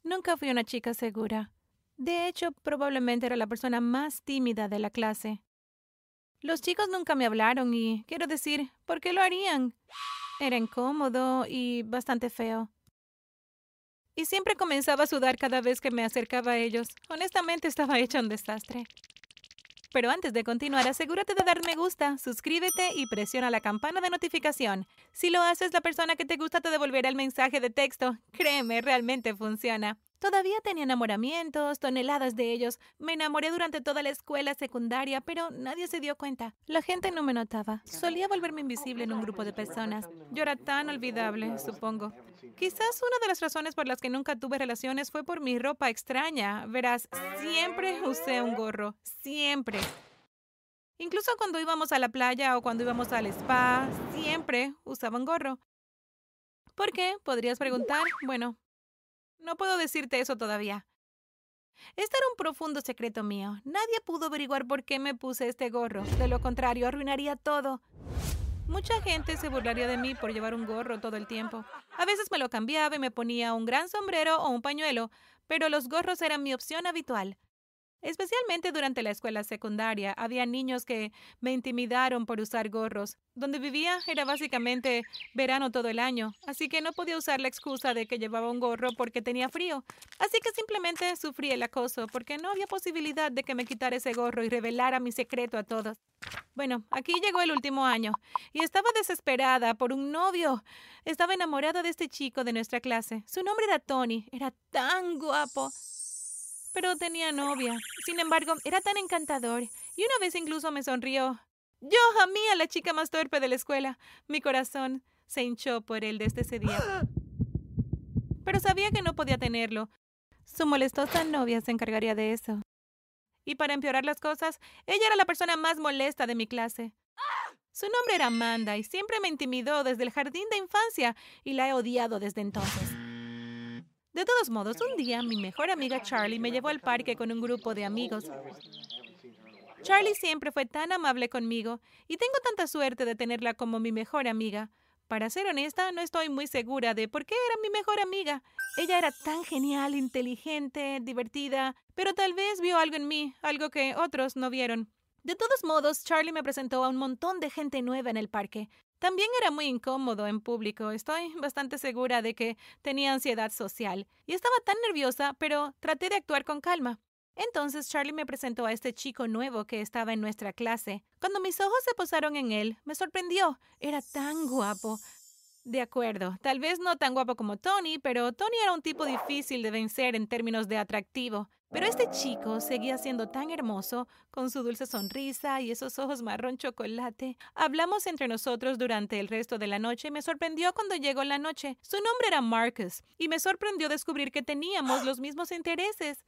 Nunca fui una chica segura. De hecho, probablemente era la persona más tímida de la clase. Los chicos nunca me hablaron y, quiero decir, ¿por qué lo harían? Era incómodo y bastante feo. Y siempre comenzaba a sudar cada vez que me acercaba a ellos. Honestamente, estaba hecha un desastre. Pero antes de continuar, asegúrate de dar me gusta, suscríbete y presiona la campana de notificación. Si lo haces, la persona que te gusta te devolverá el mensaje de texto. Créeme, realmente funciona. Todavía tenía enamoramientos, toneladas de ellos. Me enamoré durante toda la escuela secundaria, pero nadie se dio cuenta. La gente no me notaba. Solía volverme invisible en un grupo de personas. Yo era tan olvidable, supongo. Quizás una de las razones por las que nunca tuve relaciones fue por mi ropa extraña. Verás, siempre usé un gorro. Siempre. Incluso cuando íbamos a la playa o cuando íbamos al spa, siempre usaba un gorro. ¿Por qué? Podrías preguntar. Bueno, no puedo decirte eso todavía. Este era un profundo secreto mío. Nadie pudo averiguar por qué me puse este gorro. De lo contrario, arruinaría todo. Mucha gente se burlaría de mí por llevar un gorro todo el tiempo. A veces me lo cambiaba y me ponía un gran sombrero o un pañuelo, pero los gorros eran mi opción habitual. Especialmente durante la escuela secundaria, había niños que me intimidaron por usar gorros. Donde vivía era básicamente verano todo el año, así que no podía usar la excusa de que llevaba un gorro porque tenía frío. Así que simplemente sufrí el acoso porque no había posibilidad de que me quitara ese gorro y revelara mi secreto a todos. Bueno, aquí llegó el último año y estaba desesperada por un novio. Estaba enamorada de este chico de nuestra clase. Su nombre era Tony. Era tan guapo. Pero tenía novia. Sin embargo, era tan encantador. Y una vez incluso me sonrió. Yo amé a la chica más torpe de la escuela. Mi corazón se hinchó por él desde ese día. Pero sabía que no podía tenerlo. Su molestosa novia se encargaría de eso. Y para empeorar las cosas, ella era la persona más molesta de mi clase. Su nombre era Amanda y siempre me intimidó desde el jardín de infancia y la he odiado desde entonces. De todos modos, un día mi mejor amiga Charlie me llevó al parque con un grupo de amigos. Charlie siempre fue tan amable conmigo y tengo tanta suerte de tenerla como mi mejor amiga. Para ser honesta, no estoy muy segura de por qué era mi mejor amiga. Ella era tan genial, inteligente, divertida, pero tal vez vio algo en mí, algo que otros no vieron. De todos modos, Charlie me presentó a un montón de gente nueva en el parque. También era muy incómodo en público. Estoy bastante segura de que tenía ansiedad social y estaba tan nerviosa, pero traté de actuar con calma. Entonces Charlie me presentó a este chico nuevo que estaba en nuestra clase. Cuando mis ojos se posaron en él, me sorprendió. Era tan guapo. De acuerdo, tal vez no tan guapo como Tony, pero Tony era un tipo difícil de vencer en términos de atractivo. Pero este chico seguía siendo tan hermoso, con su dulce sonrisa y esos ojos marrón chocolate. Hablamos entre nosotros durante el resto de la noche y me sorprendió cuando llegó la noche. Su nombre era Marcus, y me sorprendió descubrir que teníamos los mismos intereses.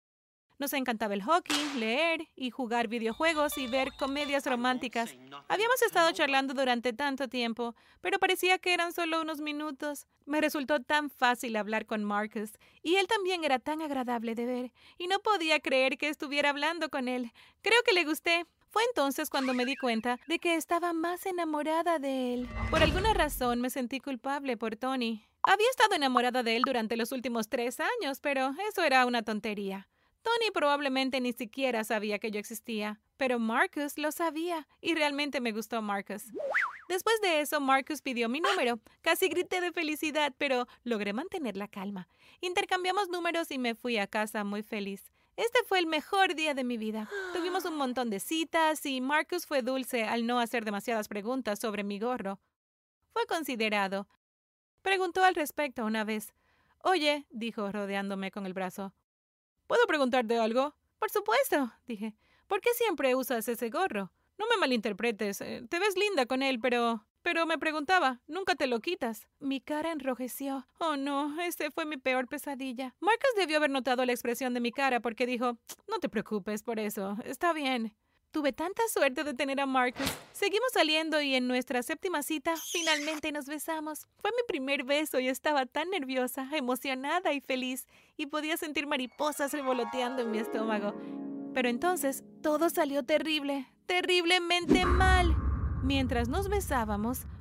Nos encantaba el hockey, leer y jugar videojuegos y ver comedias románticas. Habíamos estado charlando durante tanto tiempo, pero parecía que eran solo unos minutos. Me resultó tan fácil hablar con Marcus, y él también era tan agradable de ver, y no podía creer que estuviera hablando con él. Creo que le gusté. Fue entonces cuando me di cuenta de que estaba más enamorada de él. Por alguna razón me sentí culpable por Tony. Había estado enamorada de él durante los últimos 3 años, pero eso era una tontería. Tony probablemente ni siquiera sabía que yo existía, pero Marcus lo sabía y realmente me gustó Marcus. Después de eso, Marcus pidió mi número. Casi grité de felicidad, pero logré mantener la calma. Intercambiamos números y me fui a casa muy feliz. Este fue el mejor día de mi vida. Tuvimos un montón de citas y Marcus fue dulce al no hacer demasiadas preguntas sobre mi gorro. Fue considerado. Preguntó al respecto una vez. Oye, dijo rodeándome con el brazo. ¿Puedo preguntarte algo? Por supuesto, dije. ¿Por qué siempre usas ese gorro? No me malinterpretes. Te ves linda con él, pero me preguntaba, ¿nunca te lo quitas? Mi cara enrojeció. Oh, no, ese fue mi peor pesadilla. Marcus debió haber notado la expresión de mi cara porque dijo, no te preocupes por eso, está bien. Tuve tanta suerte de tener a Marcus. Seguimos saliendo y en nuestra 7ª cita finalmente nos besamos. Fue mi primer beso y estaba tan nerviosa, emocionada y feliz, y podía sentir mariposas revoloteando en mi estómago. Pero entonces todo salió terrible, terriblemente mal. Mientras nos besábamos,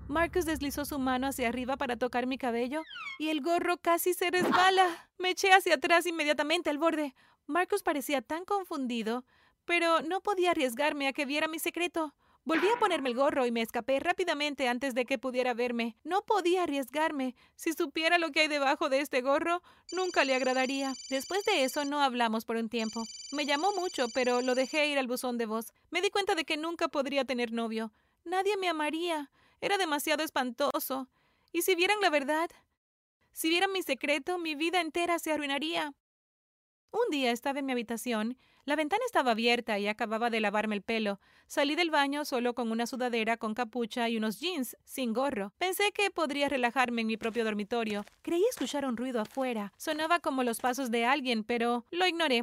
Marcus deslizó su mano hacia arriba para tocar mi cabello y el gorro casi se resbala. Me eché hacia atrás inmediatamente al borde. Marcus parecía tan confundido, pero no podía arriesgarme a que viera mi secreto. Volví a ponerme el gorro y me escapé rápidamente antes de que pudiera verme. No podía arriesgarme. Si supiera lo que hay debajo de este gorro, nunca le agradaría. Después de eso, no hablamos por un tiempo. Me llamó mucho, pero lo dejé ir al buzón de voz. Me di cuenta de que nunca podría tener novio. Nadie me amaría. Era demasiado espantoso. Y si vieran la verdad, si vieran mi secreto, mi vida entera se arruinaría. Un día estaba en mi habitación. La ventana estaba abierta y acababa de lavarme el pelo. Salí del baño solo con una sudadera con capucha y unos jeans, sin gorro. Pensé que podría relajarme en mi propio dormitorio. Creí escuchar un ruido afuera. Sonaba como los pasos de alguien, pero lo ignoré.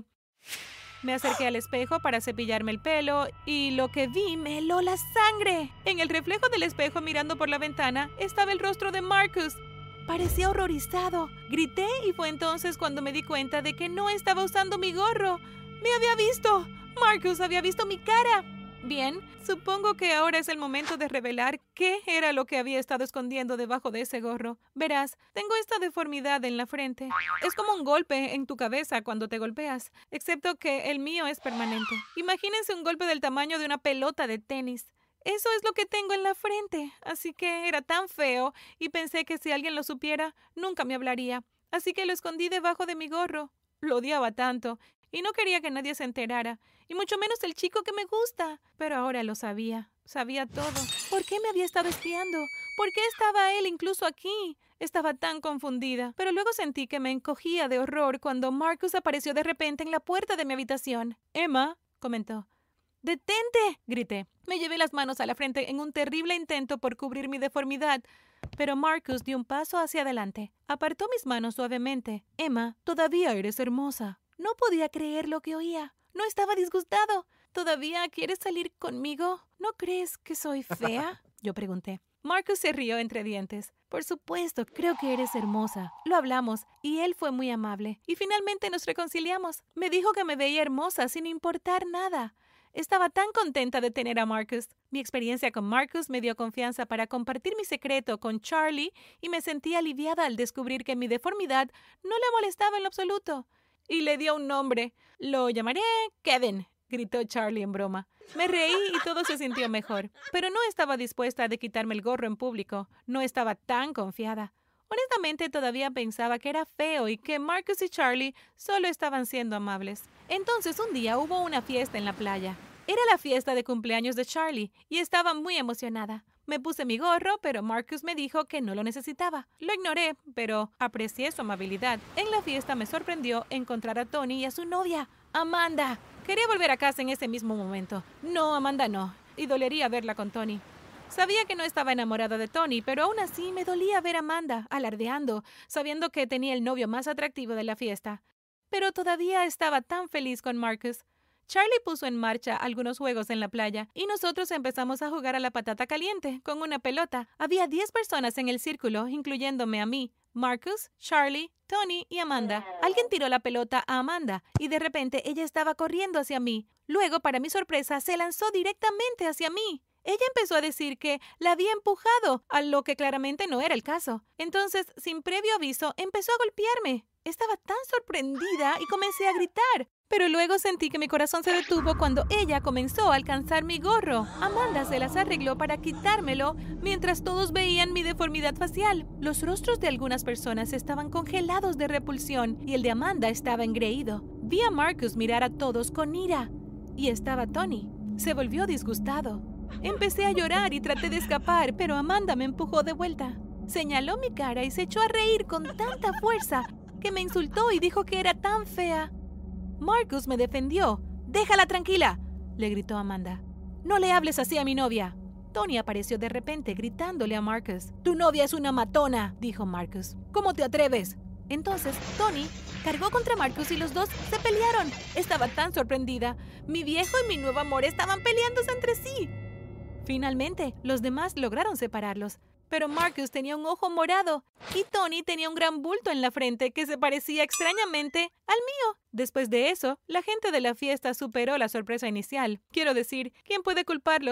Me acerqué al espejo para cepillarme el pelo y lo que vi me heló la sangre. En el reflejo del espejo mirando por la ventana estaba el rostro de Marcus. Parecía horrorizado. Grité y fue entonces cuando me di cuenta de que no estaba usando mi gorro. ¡Me había visto! Marcus había visto mi cara. Bien, supongo que ahora es el momento de revelar qué era lo que había estado escondiendo debajo de ese gorro. Verás, tengo esta deformidad en la frente. Es como un golpe en tu cabeza cuando te golpeas, excepto que el mío es permanente. Imagínense un golpe del tamaño de una pelota de tenis. Eso es lo que tengo en la frente, así que era tan feo y pensé que si alguien lo supiera, nunca me hablaría. Así que lo escondí debajo de mi gorro. Lo odiaba tanto y no quería que nadie se enterara, y mucho menos el chico que me gusta. Pero ahora lo sabía, sabía todo. ¿Por qué me había estado espiando? ¿Por qué estaba él incluso aquí? Estaba tan confundida, pero luego sentí que me encogía de horror cuando Marcus apareció de repente en la puerta de mi habitación. «Emma», comentó. «¡Detente!», grité. Me llevé las manos a la frente en un terrible intento por cubrir mi deformidad, pero Marcus dio un paso hacia adelante. Apartó mis manos suavemente. «Emma, todavía eres hermosa». No podía creer lo que oía. No estaba disgustado. «¿Todavía quieres salir conmigo? ¿No crees que soy fea?», yo pregunté. Marcus se rió entre dientes. «Por supuesto, creo que eres hermosa». Lo hablamos y él fue muy amable. Y finalmente nos reconciliamos. Me dijo que me veía hermosa sin importar nada. Estaba tan contenta de tener a Marcus. Mi experiencia con Marcus me dio confianza para compartir mi secreto con Charlie y me sentí aliviada al descubrir que mi deformidad no le molestaba en lo absoluto. Y le dio un nombre. «Lo llamaré Kevin», gritó Charlie en broma. Me reí y todo se sintió mejor. Pero no estaba dispuesta a quitarme el gorro en público. No estaba tan confiada. Honestamente, todavía pensaba que era feo y que Marcus y Charlie solo estaban siendo amables. Entonces, un día hubo una fiesta en la playa. Era la fiesta de cumpleaños de Charlie y estaba muy emocionada. Me puse mi gorro, pero Marcus me dijo que no lo necesitaba. Lo ignoré, pero aprecié su amabilidad. En la fiesta me sorprendió encontrar a Tony y a su novia, Amanda. Quería volver a casa en ese mismo momento. No, Amanda no. Y dolería verla con Tony. Sabía que no estaba enamorada de Tony, pero aún así me dolía ver a Amanda alardeando, sabiendo que tenía el novio más atractivo de la fiesta. Pero todavía estaba tan feliz con Marcus. Charlie puso en marcha algunos juegos en la playa y nosotros empezamos a jugar a la patata caliente con una pelota. Había 10 personas en el círculo, incluyéndome a mí, Marcus, Charlie, Tony y Amanda. Alguien tiró la pelota a Amanda y de repente ella estaba corriendo hacia mí. Luego, para mi sorpresa, se lanzó directamente hacia mí. Ella empezó a decir que la había empujado, a lo que claramente no era el caso. Entonces, sin previo aviso, empezó a golpearme. Estaba tan sorprendida y comencé a gritar. Pero luego sentí que mi corazón se detuvo cuando ella comenzó a alcanzar mi gorro. Amanda se las arregló para quitármelo mientras todos veían mi deformidad facial. Los rostros de algunas personas estaban congelados de repulsión y el de Amanda estaba engreído. Vi a Marcus mirar a todos con ira. Y estaba Tony. Se volvió disgustado. Empecé a llorar y traté de escapar, pero Amanda me empujó de vuelta. Señaló mi cara y se echó a reír con tanta fuerza que me insultó y dijo que era tan fea. Marcus me defendió. «¡Déjala tranquila!», le gritó Amanda. «No le hables así a mi novia». Tony apareció de repente gritándole a Marcus. «Tu novia es una matona», dijo Marcus. «¿Cómo te atreves?». Entonces Tony cargó contra Marcus y los dos se pelearon. Estaba tan sorprendida. Mi viejo y mi nuevo amor estaban peleándose entre sí. Finalmente, los demás lograron separarlos. Pero Marcus tenía un ojo morado y Tony tenía un gran bulto en la frente que se parecía extrañamente al mío. Después de eso, la gente de la fiesta superó la sorpresa inicial. Quiero decir, ¿quién puede culparlos?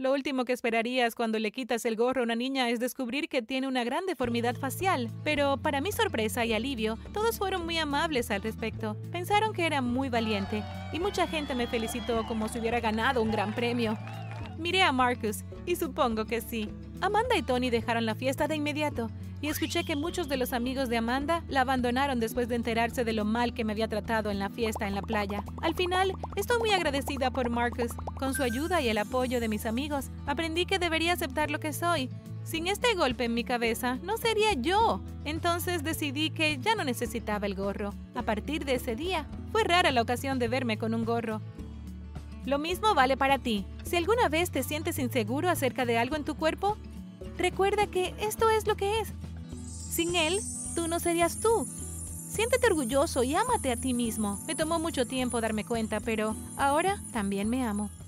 Lo último que esperarías cuando le quitas el gorro a una niña es descubrir que tiene una gran deformidad facial. Pero para mi sorpresa y alivio, todos fueron muy amables al respecto. Pensaron que era muy valiente y mucha gente me felicitó como si hubiera ganado un gran premio. Miré a Marcus y supongo que sí. Amanda y Tony dejaron la fiesta de inmediato y escuché que muchos de los amigos de Amanda la abandonaron después de enterarse de lo mal que me había tratado en la fiesta en la playa. Al final, estoy muy agradecida por Marcus. Con su ayuda y el apoyo de mis amigos, aprendí que debería aceptar lo que soy. Sin este golpe en mi cabeza, no sería yo. Entonces decidí que ya no necesitaba el gorro. A partir de ese día, fue rara la ocasión de verme con un gorro. Lo mismo vale para ti. Si alguna vez te sientes inseguro acerca de algo en tu cuerpo, recuerda que esto es lo que es. Sin él, tú no serías tú. Siéntete orgulloso y ámate a ti mismo. Me tomó mucho tiempo darme cuenta, pero ahora también me amo.